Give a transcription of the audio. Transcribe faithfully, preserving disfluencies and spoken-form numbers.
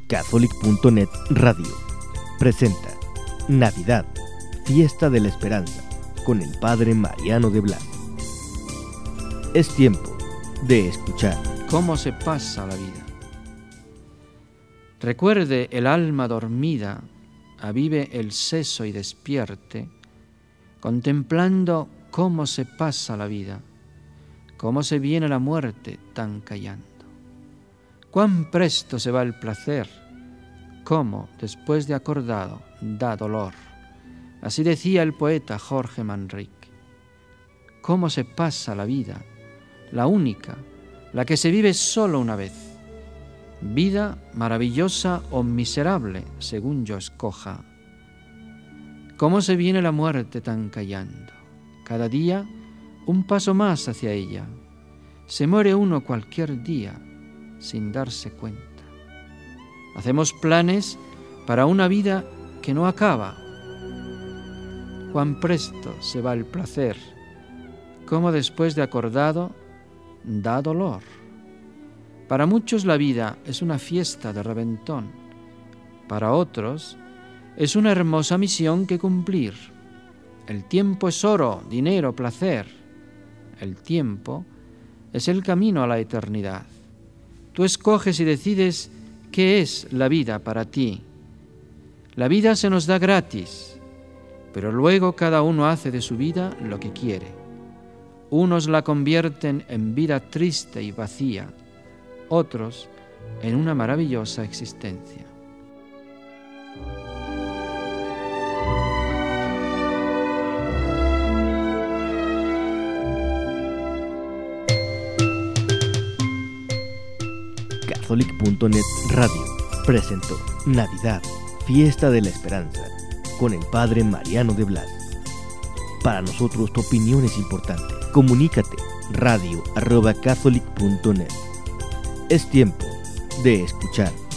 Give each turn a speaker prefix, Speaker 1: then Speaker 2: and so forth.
Speaker 1: Catholic punto net Radio presenta Navidad, Fiesta de la Esperanza, con el Padre Mariano de Blas. Es tiempo de escuchar.
Speaker 2: ¿Cómo se pasa la vida? Recuerde el alma dormida, avive el seso y despierte, contemplando cómo se pasa la vida, cómo se viene la muerte tan callando. Cuán presto se va el placer, cómo, después de acordado, da dolor. Así decía el poeta Jorge Manrique. Cómo se pasa la vida, la única, la que se vive solo una vez. Vida maravillosa o miserable, según yo escoja. Cómo se viene la muerte tan callando. Cada día un paso más hacia ella. Se muere uno cualquier día, sin darse cuenta. Hacemos planes para una vida que no acaba. Cuán presto se va el placer, cómo después de acordado da dolor. Para muchos la vida es una fiesta de reventón, para otros es una hermosa misión que cumplir. El tiempo es oro, dinero, placer. El tiempo es el camino a la eternidad. Tú escoges y decides qué es la vida para ti. La vida se nos da gratis, pero luego cada uno hace de su vida lo que quiere. Unos la convierten en vida triste y vacía, otros en una maravillosa existencia.
Speaker 1: Catholic punto net Radio presentó Navidad, Fiesta de la Esperanza, con el Padre Mariano de Blas. Para nosotros tu opinión es importante. Comunícate, radio arroba catholic punto net. Es tiempo de escuchar.